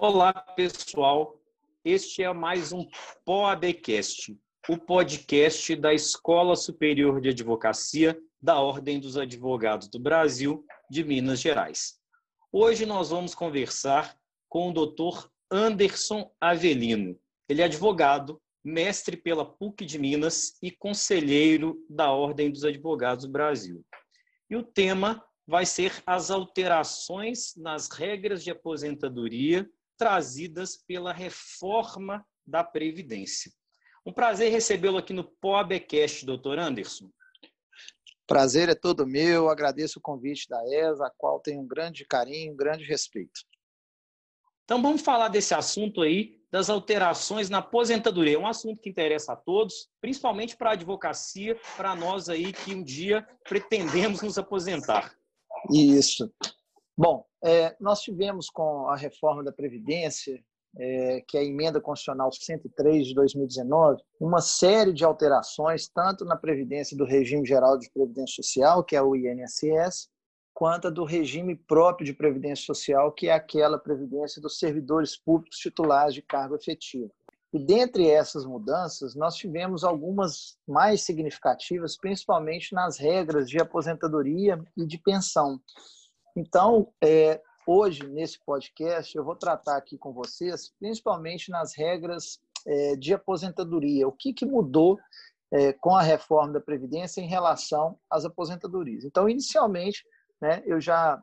Olá, pessoal. Este é mais um POABcast, o podcast da Escola Superior de Advocacia da Ordem dos Advogados do Brasil, de Minas Gerais. Hoje nós vamos conversar com o Dr. Anderson Avelino. Ele é advogado, mestre pela PUC de Minas e conselheiro da Ordem dos Advogados do Brasil. E o tema vai ser as alterações nas regras de aposentadoria trazidas pela reforma da Previdência. Um prazer recebê-lo aqui no POABcast, doutor Anderson. Prazer é todo meu, agradeço o convite da ESA, a qual tenho um grande carinho, um grande respeito. Então vamos falar desse assunto aí, das alterações na aposentadoria. É um assunto que interessa a todos, principalmente para a advocacia, para nós aí que um dia pretendemos nos aposentar. Isso. Bom, nós tivemos com a reforma da Previdência, que é a Emenda Constitucional 103 de 2019, uma série de alterações, tanto na Previdência do Regime Geral de Previdência Social, que é o INSS, quanto a do regime próprio de Previdência Social, que é aquela Previdência dos servidores públicos titulares de cargo efetivo. E dentre essas mudanças, nós tivemos algumas mais significativas, principalmente nas regras de aposentadoria e de pensão. Então, hoje, nesse podcast, eu vou tratar aqui com vocês, principalmente nas regras de aposentadoria. O que mudou com a reforma da Previdência em relação às aposentadorias? Então, inicialmente, eu já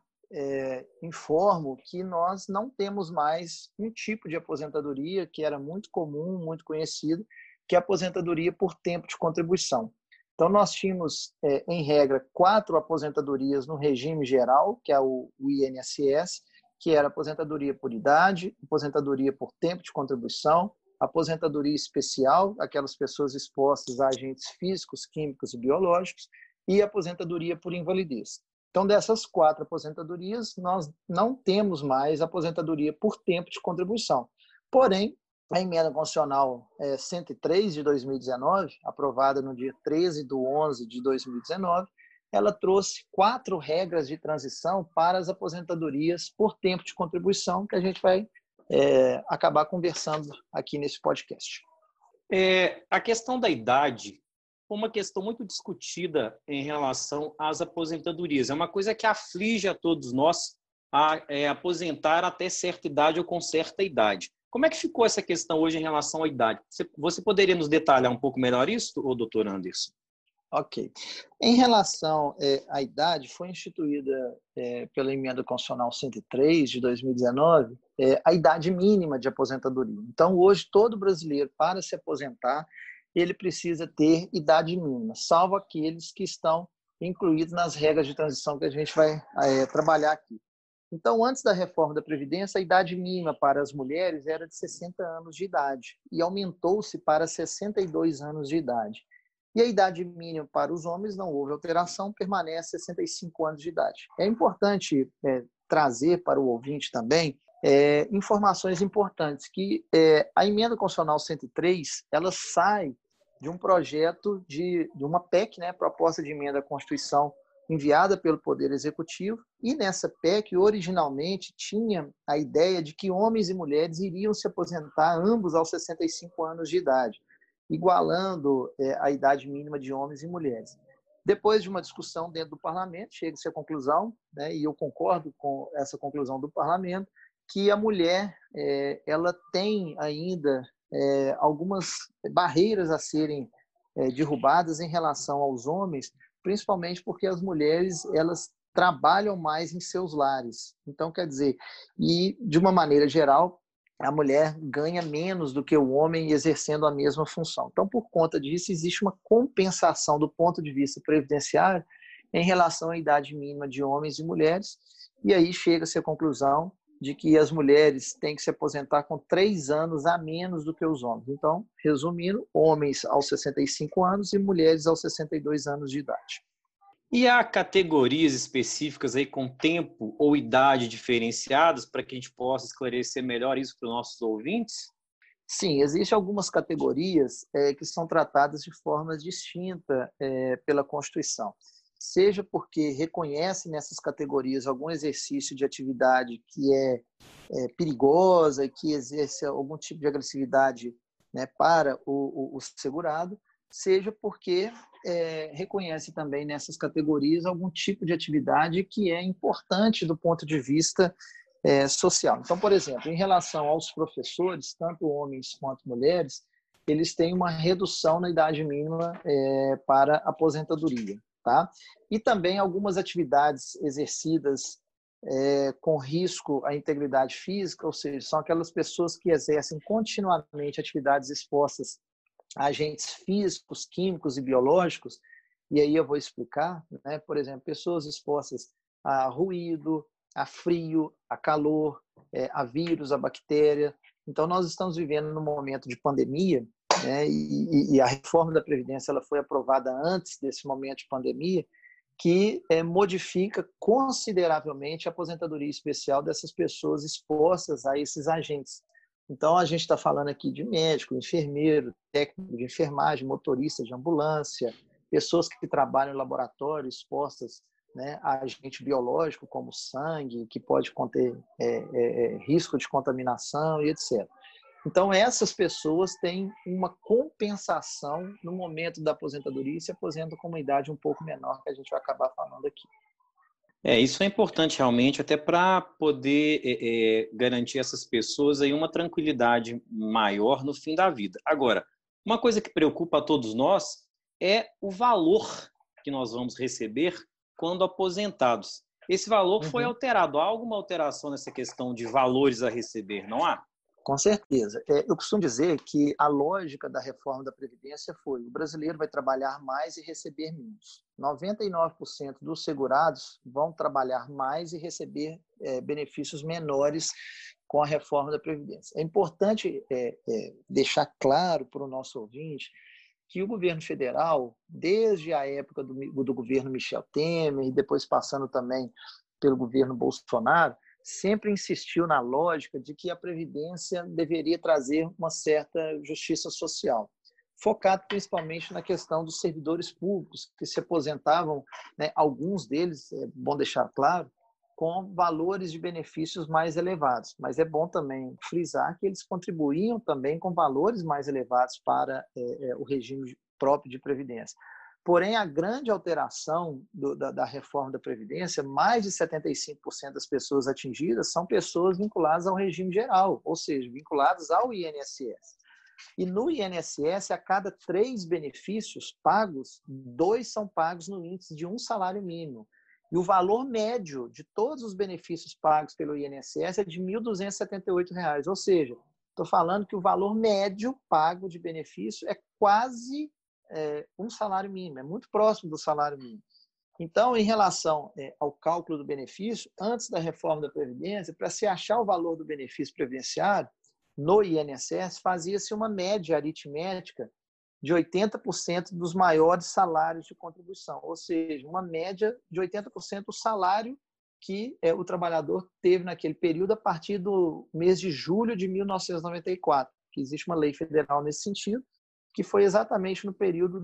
informo que nós não temos mais um tipo de aposentadoria que era muito comum, muito conhecido, que é a aposentadoria por tempo de contribuição. Então, nós tínhamos, em regra, 4 aposentadorias no regime geral, que é o INSS, que era aposentadoria por idade, aposentadoria por tempo de contribuição, aposentadoria especial, aquelas pessoas expostas a agentes físicos, químicos e biológicos, e aposentadoria por invalidez. Então, dessas 4 aposentadorias, nós não temos mais aposentadoria por tempo de contribuição. Porém, a Emenda Constitucional 103 de 2019, aprovada no dia 13/11 de 2019, ela trouxe 4 regras de transição para as aposentadorias por tempo de contribuição, que a gente vai acabar conversando aqui nesse podcast. A questão da idade foi uma questão muito discutida em relação às aposentadorias. É uma coisa que aflige a todos nós aposentar até certa idade ou com certa idade. Como é que ficou essa questão hoje em relação à idade? Você poderia nos detalhar um pouco melhor isso, doutor Anderson? Ok. Em relação à idade, foi instituída pela Emenda Constitucional 103 de 2019 a idade mínima de aposentadoria. Então, hoje, todo brasileiro, para se aposentar, ele precisa ter idade mínima, salvo aqueles que estão incluídos nas regras de transição que a gente vai trabalhar aqui. Então, antes da reforma da Previdência, a idade mínima para as mulheres era de 60 anos de idade e aumentou-se para 62 anos de idade. E a idade mínima para os homens não houve alteração, permanece 65 anos de idade. É importante trazer para o ouvinte também informações importantes, que a Emenda Constitucional 103, ela sai de um projeto de uma PEC, Proposta de Emenda à Constituição, enviada pelo Poder Executivo, e nessa PEC, originalmente, tinha a ideia de que homens e mulheres iriam se aposentar ambos aos 65 anos de idade, igualando a idade mínima de homens e mulheres. Depois de uma discussão dentro do parlamento, chega-se à conclusão, e eu concordo com essa conclusão do parlamento, que a mulher ela tem ainda algumas barreiras a serem derrubadas em relação aos homens, principalmente porque as mulheres elas trabalham mais em seus lares. Então, quer dizer, e de uma maneira geral, a mulher ganha menos do que o homem exercendo a mesma função. Então, por conta disso, existe uma compensação do ponto de vista previdenciário em relação à idade mínima de homens e mulheres, e aí chega-se à conclusão de que as mulheres têm que se aposentar com 3 anos a menos do que os homens. Então, resumindo, homens aos 65 anos e mulheres aos 62 anos de idade. E há categorias específicas aí com tempo ou idade diferenciadas para que a gente possa esclarecer melhor isso para os nossos ouvintes? Sim, existem algumas categorias que são tratadas de forma distinta pela Constituição. seja porque reconhece nessas categorias algum exercício de atividade que é perigosa e que exerce algum tipo de agressividade, né, para o segurado, seja porque reconhece também nessas categorias algum tipo de atividade que é importante do ponto de vista social. Então, por exemplo, em relação aos professores, tanto homens quanto mulheres, eles têm uma redução na idade mínima para aposentadoria, tá? E também algumas atividades exercidas com risco à integridade física, ou seja, são aquelas pessoas que exercem continuamente atividades expostas a agentes físicos, químicos e biológicos, e aí eu vou explicar, né? Por exemplo, pessoas expostas a ruído, a frio, a calor, a vírus, a bactéria. Então, nós estamos vivendo num momento de pandemia, né? E a reforma da Previdência ela foi aprovada antes desse momento de pandemia, que modifica consideravelmente a aposentadoria especial dessas pessoas expostas a esses agentes. Então, a gente está falando aqui de médico, enfermeiro, técnico de enfermagem, motorista de ambulância, pessoas que trabalham em laboratório expostas, né, a agente biológico, como sangue, que pode conter risco de contaminação e etc. Então, essas pessoas têm uma compensação no momento da aposentadoria e se aposentam com uma idade um pouco menor, que a gente vai acabar falando aqui. Isso é importante realmente, até para poder garantir a essas pessoas aí uma tranquilidade maior no fim da vida. Agora, uma coisa que preocupa a todos nós é o valor que nós vamos receber quando aposentados. Esse valor foi alterado. Há alguma alteração nessa questão de valores a receber, não há? Com certeza. Eu costumo dizer que a lógica da reforma da Previdência foi: o brasileiro vai trabalhar mais e receber menos. 99% dos segurados vão trabalhar mais e receber benefícios menores com a reforma da Previdência. É importante deixar claro para o nosso ouvinte que o governo federal, desde a época do governo Michel Temer e depois passando também pelo governo Bolsonaro, sempre insistiu na lógica de que a Previdência deveria trazer uma certa justiça social, focado principalmente na questão dos servidores públicos, que se aposentavam, né, alguns deles, é bom deixar claro, com valores de benefícios mais elevados. Mas é bom também frisar que eles contribuíam também com valores mais elevados para o regime próprio de Previdência. Porém, a grande alteração da reforma da Previdência, mais de 75% das pessoas atingidas são pessoas vinculadas ao regime geral, ou seja, vinculadas ao INSS. E no INSS, a cada 3 benefícios pagos, 2 são pagos no índice de 1 salário mínimo. E o valor médio de todos os benefícios pagos pelo INSS é de R$ 1.278, ou seja, estou falando que o valor médio pago de benefício é quase um salário mínimo, é muito próximo do salário mínimo. Então, em relação ao cálculo do benefício, antes da reforma da Previdência, para se achar o valor do benefício previdenciário, no INSS, fazia-se uma média aritmética de 80% dos maiores salários de contribuição, ou seja, uma média de 80% do salário que o trabalhador teve naquele período a partir do mês de julho de 1994, que existe uma lei federal nesse sentido, que foi exatamente no período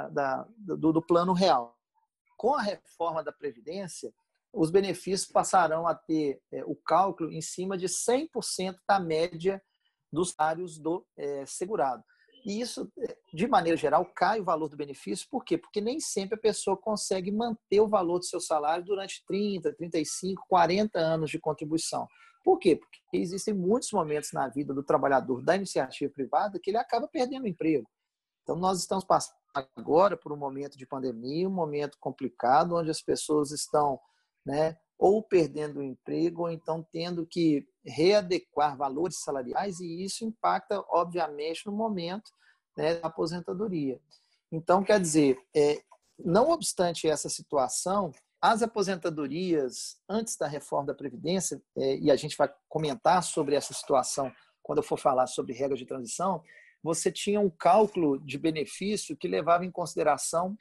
do Plano Real. Com a reforma da Previdência, os benefícios passarão a ter o cálculo em cima de 100% da média dos salários do segurado. E isso, de maneira geral, cai o valor do benefício. Por quê? Porque nem sempre a pessoa consegue manter o valor do seu salário durante 30, 35, 40 anos de contribuição. Por quê? Porque existem muitos momentos na vida do trabalhador da iniciativa privada que ele acaba perdendo o emprego. Então, nós estamos passando agora por um momento de pandemia, um momento complicado, onde as pessoas estão, né, ou perdendo o emprego, ou então tendo que readequar valores salariais, e isso impacta, obviamente, no momento, né, da aposentadoria. Então, quer dizer, não obstante essa situação, as aposentadorias antes da reforma da Previdência, e a gente vai comentar sobre essa situação quando eu for falar sobre regras de transição, você tinha um cálculo de benefício que levava em consideração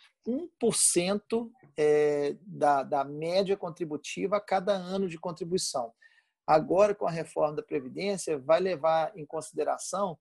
1% da média contributiva a cada ano de contribuição. Agora, com a reforma da Previdência, vai levar em consideração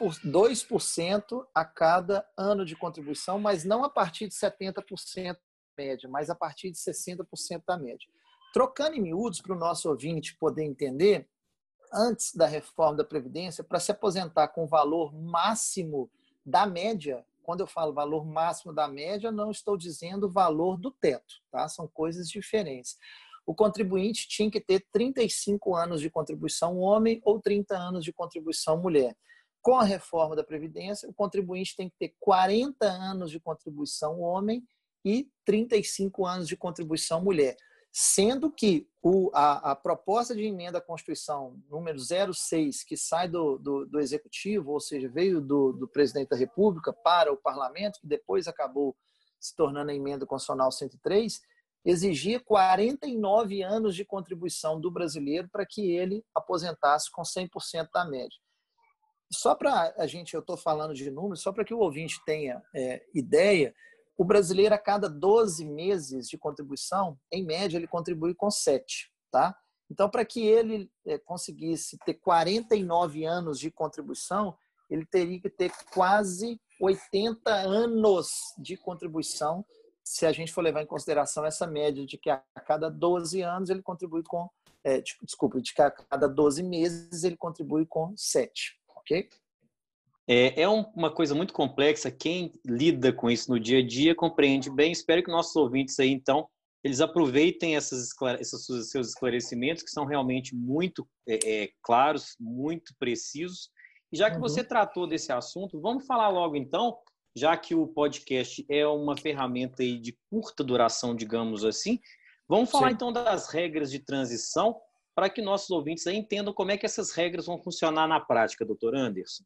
2% a cada ano de contribuição, mas não a partir de 70% média, mas a partir de 60% da média. Trocando em miúdos para o nosso ouvinte poder entender, antes da reforma da Previdência, para se aposentar com o valor máximo da média, quando eu falo valor máximo da média, não estou dizendo o valor do teto, tá? São coisas diferentes. O contribuinte tinha que ter 35 anos de contribuição homem ou 30 anos de contribuição mulher. Com a reforma da Previdência, o contribuinte tem que ter 40 anos de contribuição homem e 35 anos de contribuição mulher. Sendo que a proposta de emenda à Constituição número 06, que sai do Executivo, ou seja, veio do Presidente da República para o Parlamento, que depois acabou se tornando a emenda constitucional 103, exigia 49 anos de contribuição do brasileiro para que ele aposentasse com 100% da média. Só para a gente, eu estou falando de números, só para que o ouvinte tenha ideia, o brasileiro, a cada 12 meses de contribuição, em média, ele contribui com 7. Tá? Então, para que ele conseguisse ter 49 anos de contribuição, ele teria que ter quase 80 anos de contribuição, se a gente for levar em consideração essa média de que a cada 12 anos ele contribui com... de que a cada 12 meses ele contribui com 7. Ok? É uma coisa muito complexa. Quem lida com isso no dia a dia compreende bem. Espero que nossos ouvintes aí, então, eles aproveitem esses seus esclarecimentos, que são realmente muito claros, muito precisos. E já que você tratou desse assunto, vamos falar logo, então, já que o podcast é uma ferramenta aí de curta duração, digamos assim, vamos falar, então, das regras de transição para que nossos ouvintes aí entendam como é que essas regras vão funcionar na prática, doutor Anderson.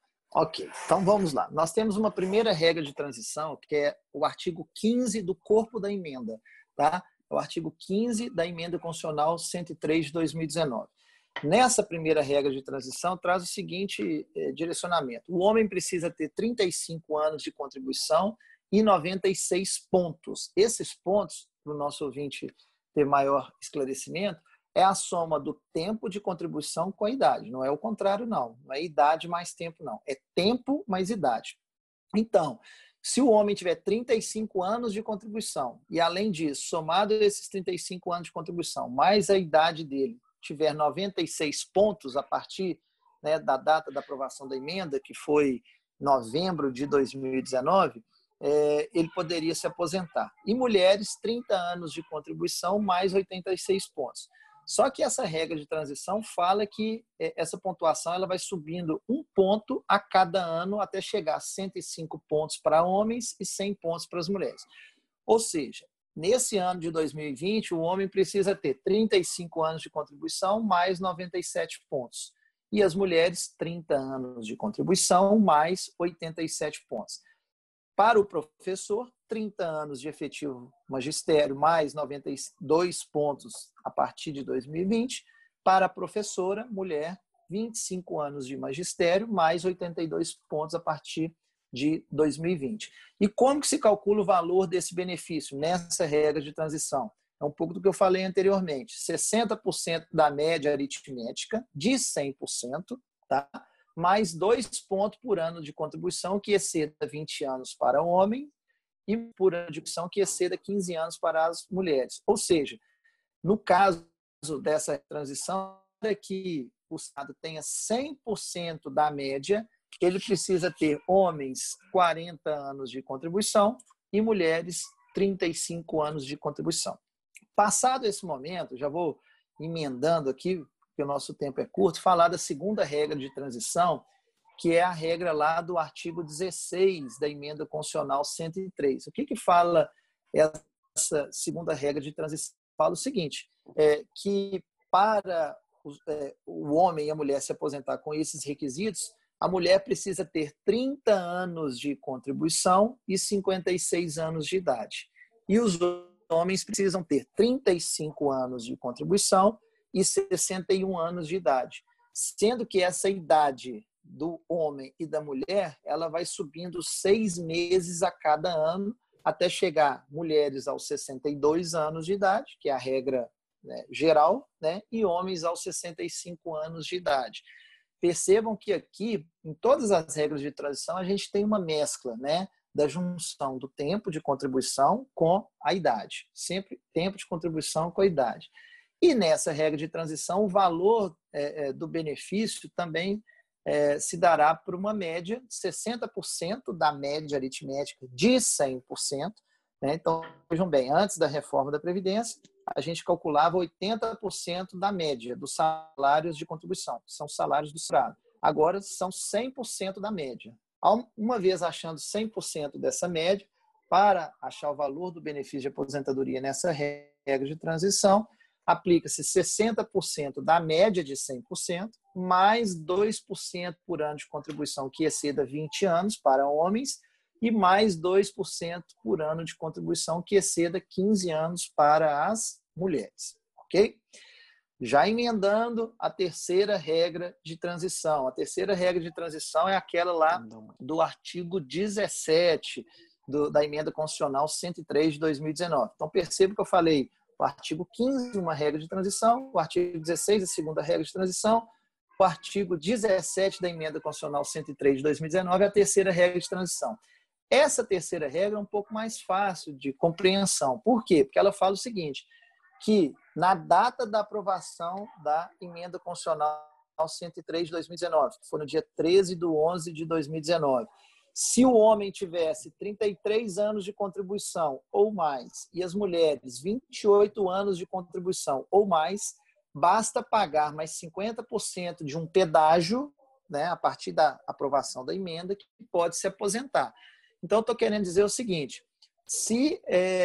Ok, então vamos lá. Nós temos uma primeira regra de transição, que é o artigo 15 do corpo da emenda, tá? É o artigo 15 da emenda constitucional 103 de 2019. Nessa primeira regra de transição, traz o seguinte direcionamento. O homem precisa ter 35 anos de contribuição e 96 pontos. Esses pontos, para o nosso ouvinte ter maior esclarecimento, é a soma do tempo de contribuição com a idade. Não é o contrário, não. Não é idade mais tempo, não. É tempo mais idade. Então, se o homem tiver 35 anos de contribuição e, além disso, somado esses 35 anos de contribuição, mais a idade dele, tiver 96 pontos a partir da data da aprovação da emenda, que foi novembro de 2019, ele poderia se aposentar. E mulheres, 30 anos de contribuição mais 86 pontos. Só que essa regra de transição fala que essa pontuação ela vai subindo 1 ponto a cada ano até chegar a 105 pontos para homens e 100 pontos para as mulheres. Ou seja, nesse ano de 2020, o homem precisa ter 35 anos de contribuição mais 97 pontos. E as mulheres, 30 anos de contribuição mais 87 pontos. Para o professor, 30 anos de efetivo magistério, mais 92 pontos a partir de 2020. Para a professora, mulher, 25 anos de magistério, mais 82 pontos a partir de 2020. E como que se calcula o valor desse benefício nessa regra de transição? É um pouco do que eu falei anteriormente. 60% da média aritmética de 100%, tá? Mais 2 pontos por ano de contribuição, que exceda 20 anos para o homem, e por ano de contribuição, que exceda 15 anos para as mulheres. Ou seja, no caso dessa transição, é que o Estado tenha 100% da média, ele precisa ter homens 40 anos de contribuição e mulheres 35 anos de contribuição. Passado esse momento, já vou emendando aqui, porque o nosso tempo é curto, falar da segunda regra de transição, que é a regra lá do artigo 16 da emenda constitucional 103. O que fala essa segunda regra de transição? Fala o seguinte, que para o homem e a mulher se aposentar com esses requisitos, a mulher precisa ter 30 anos de contribuição e 56 anos de idade. E os homens precisam ter 35 anos de contribuição e 61 anos de idade. Sendo que essa idade do homem e da mulher, ela vai subindo 6 meses a cada ano, até chegar mulheres aos 62 anos de idade, que é a regra geral, e homens aos 65 anos de idade. Percebam que aqui, em todas as regras de transição, a gente tem uma mescla, da junção do tempo de contribuição com a idade. Sempre tempo de contribuição com a idade. E nessa regra de transição, o valor do benefício também se dará por uma média de 60% da média aritmética de 100%. Né? Então, vejam bem, antes da reforma da Previdência, a gente calculava 80% da média dos salários de contribuição, que são salários do Estado. Agora, são 100% da média. Uma vez achando 100% dessa média, para achar o valor do benefício de aposentadoria nessa regra de transição, aplica-se 60% da média de 100%, mais 2% por ano de contribuição que exceda 20 anos para homens e mais 2% por ano de contribuição que exceda 15 anos para as mulheres. Ok? Já emendando a terceira regra de transição. A terceira regra de transição é aquela lá do artigo 17 da Emenda Constitucional 103 de 2019. Então, perceba que eu falei o artigo 15, uma regra de transição, o artigo 16, a segunda regra de transição, o artigo 17 da Emenda Constitucional 103 de 2019, a terceira regra de transição. Essa terceira regra é um pouco mais fácil de compreensão. Por quê? Porque ela fala o seguinte, que na data da aprovação da Emenda Constitucional 103 de 2019, que foi no dia 13 de 11 de 2019, se o homem tivesse 33 anos de contribuição ou mais e as mulheres 28 anos de contribuição ou mais, basta pagar mais 50% de um pedágio, né, a partir da aprovação da emenda, que pode se aposentar. Então, eu estou querendo dizer o seguinte, se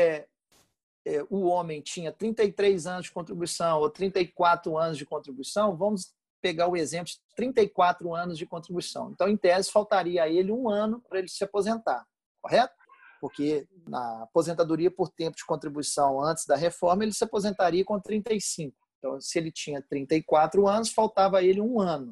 o homem tinha 33 anos de contribuição ou 34 anos de contribuição, vamos pegar o exemplo de 34 anos de contribuição. Então, em tese, faltaria a ele 1 ano para ele se aposentar, correto? Porque na aposentadoria por tempo de contribuição antes da reforma, ele se aposentaria com 35. Então, se ele tinha 34 anos, faltava a ele 1 ano.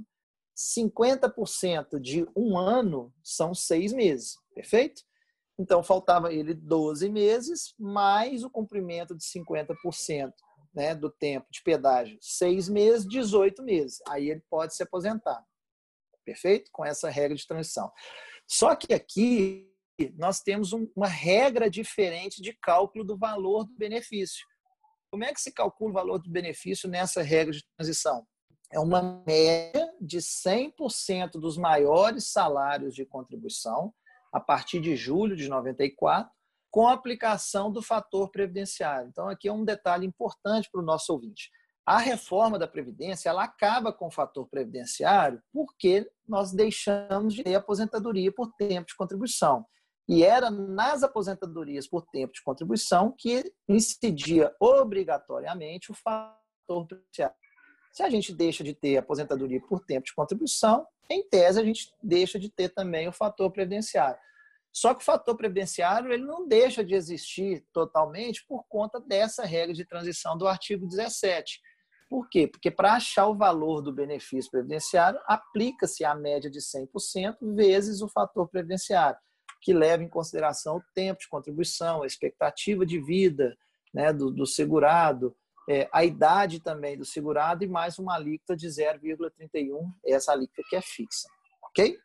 50% de 1 ano são 6 meses, perfeito? Então, faltava a ele 12 meses, mais o cumprimento de 50%. Né, do tempo de pedágio, 6 meses, 18 meses. Aí ele pode se aposentar. Perfeito? Com essa regra de transição. Só que aqui nós temos uma regra diferente de cálculo do valor do benefício. Como é que se calcula o valor do benefício nessa regra de transição? É uma média de 100% dos maiores salários de contribuição a partir de julho de 94, com a aplicação do fator previdenciário. Então, aqui é um detalhe importante para o nosso ouvinte. A reforma da Previdência, ela acaba com o fator previdenciário porque nós deixamos de ter aposentadoria por tempo de contribuição. E era nas aposentadorias por tempo de contribuição que incidia obrigatoriamente o fator previdenciário. Se a gente deixa de ter aposentadoria por tempo de contribuição, em tese a gente deixa de ter também o fator previdenciário. Só que o fator previdenciário ele não deixa de existir totalmente por conta dessa regra de transição do artigo 17. Por quê? Porque para achar o valor do benefício previdenciário, aplica-se a média de 100% vezes o fator previdenciário, que leva em consideração o tempo de contribuição, a expectativa de vida, né, do segurado, a idade também do segurado e mais uma alíquota de 0,31, essa alíquota que é fixa. Ok?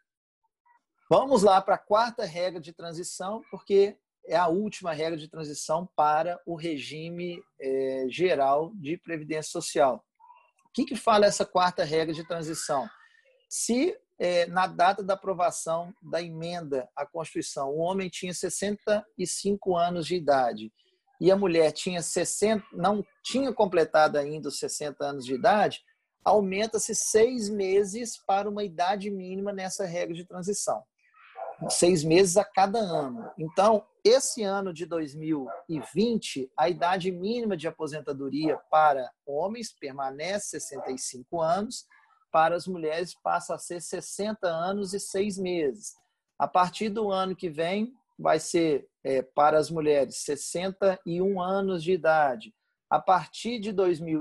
Vamos lá para a quarta regra de transição, porque é a última regra de transição para o regime geral de previdência social. O que fala essa quarta regra de transição? Se na data da aprovação da emenda à Constituição o homem tinha 65 anos de idade e a mulher tinha 60, não tinha completado ainda os 60 anos de idade, aumenta-se 6 meses para uma idade mínima nessa regra de transição. 6 meses a cada ano. Então, esse ano de 2020, a idade mínima de aposentadoria para homens permanece 65 anos, para as mulheres passa a ser 60 anos e 6 meses. A partir do ano que vem, vai ser para as mulheres 61 anos de idade. A partir de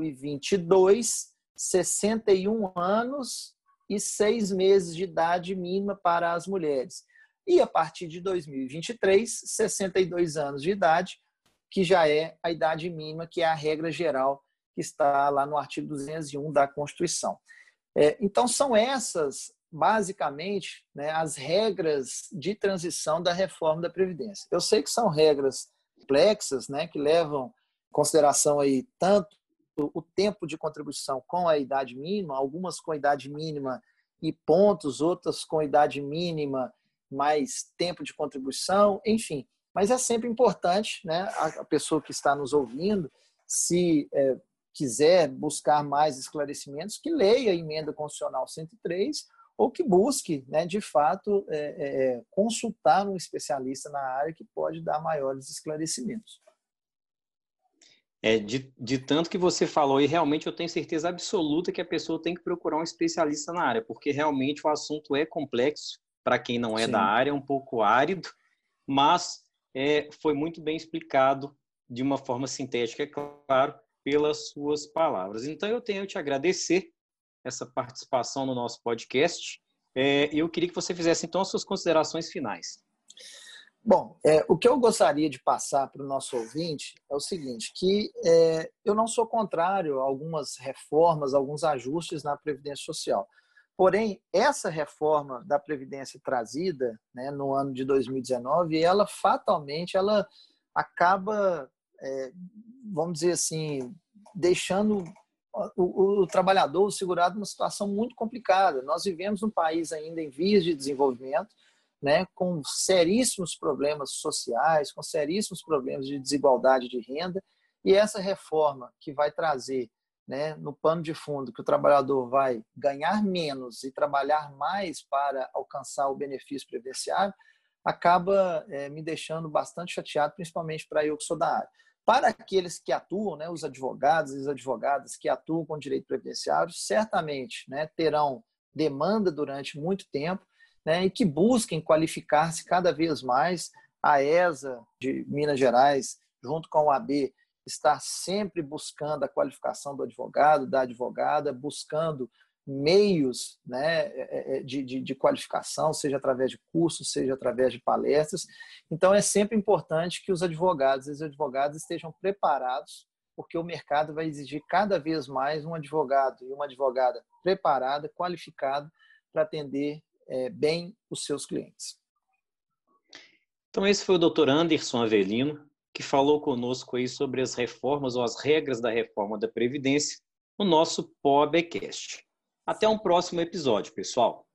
2022, 61 anos e 6 meses de idade mínima para as mulheres. E a partir de 2023, 62 anos de idade, que já é a idade mínima, que é a regra geral que está lá no artigo 201 da Constituição. Então, são essas basicamente, né, as regras de transição da reforma da Previdência. Eu sei que são regras complexas, né, que levam em consideração aí tanto o tempo de contribuição com a idade mínima, algumas com idade mínima e pontos, outras com idade mínima mais tempo de contribuição, enfim. Mas é sempre importante, né, a pessoa que está nos ouvindo, se quiser buscar mais esclarecimentos, que leia a Emenda Constitucional 103 ou que busque, né, de fato, consultar um especialista na área que pode dar maiores esclarecimentos. De tanto que você falou, e realmente eu tenho certeza absoluta que a pessoa tem que procurar um especialista na área, porque realmente o assunto é complexo, para quem não é da área, é um pouco árido, mas foi muito bem explicado de uma forma sintética, é claro, pelas suas palavras. Então, eu tenho que te agradecer essa participação no nosso podcast, e eu queria que você fizesse, então, as suas considerações finais. Bom, o que eu gostaria de passar para o nosso ouvinte é o seguinte, que eu não sou contrário a algumas reformas, alguns ajustes na Previdência Social. Porém, essa reforma da Previdência trazida, né, no ano de 2019, ela fatalmente acaba, vamos dizer assim, deixando o trabalhador, o segurado, numa situação muito complicada. Nós vivemos num país ainda em vias de desenvolvimento, né, com seríssimos problemas sociais, com seríssimos problemas de desigualdade de renda, e essa reforma que vai trazer, né, no pano de fundo que o trabalhador vai ganhar menos e trabalhar mais para alcançar o benefício previdenciário, acaba me deixando bastante chateado, principalmente para eu que sou da área. Para aqueles que atuam, né, os advogados e as advogadas que atuam com direito previdenciário, certamente, né, terão demanda durante muito tempo, né, e que busquem qualificar-se cada vez mais. A ESA de Minas Gerais, junto com o AB, está sempre buscando a qualificação do advogado, da advogada, buscando meios, né, de qualificação, seja através de cursos, seja através de palestras. Então, é sempre importante que os advogados e as advogadas estejam preparados, porque o mercado vai exigir cada vez mais um advogado e uma advogada preparada, qualificada, para atender bem os seus clientes. Então, esse foi o Dr. Anderson Avelino, que falou conosco aí sobre as reformas ou as regras da reforma da Previdência no nosso POABcast. Até um próximo episódio, pessoal.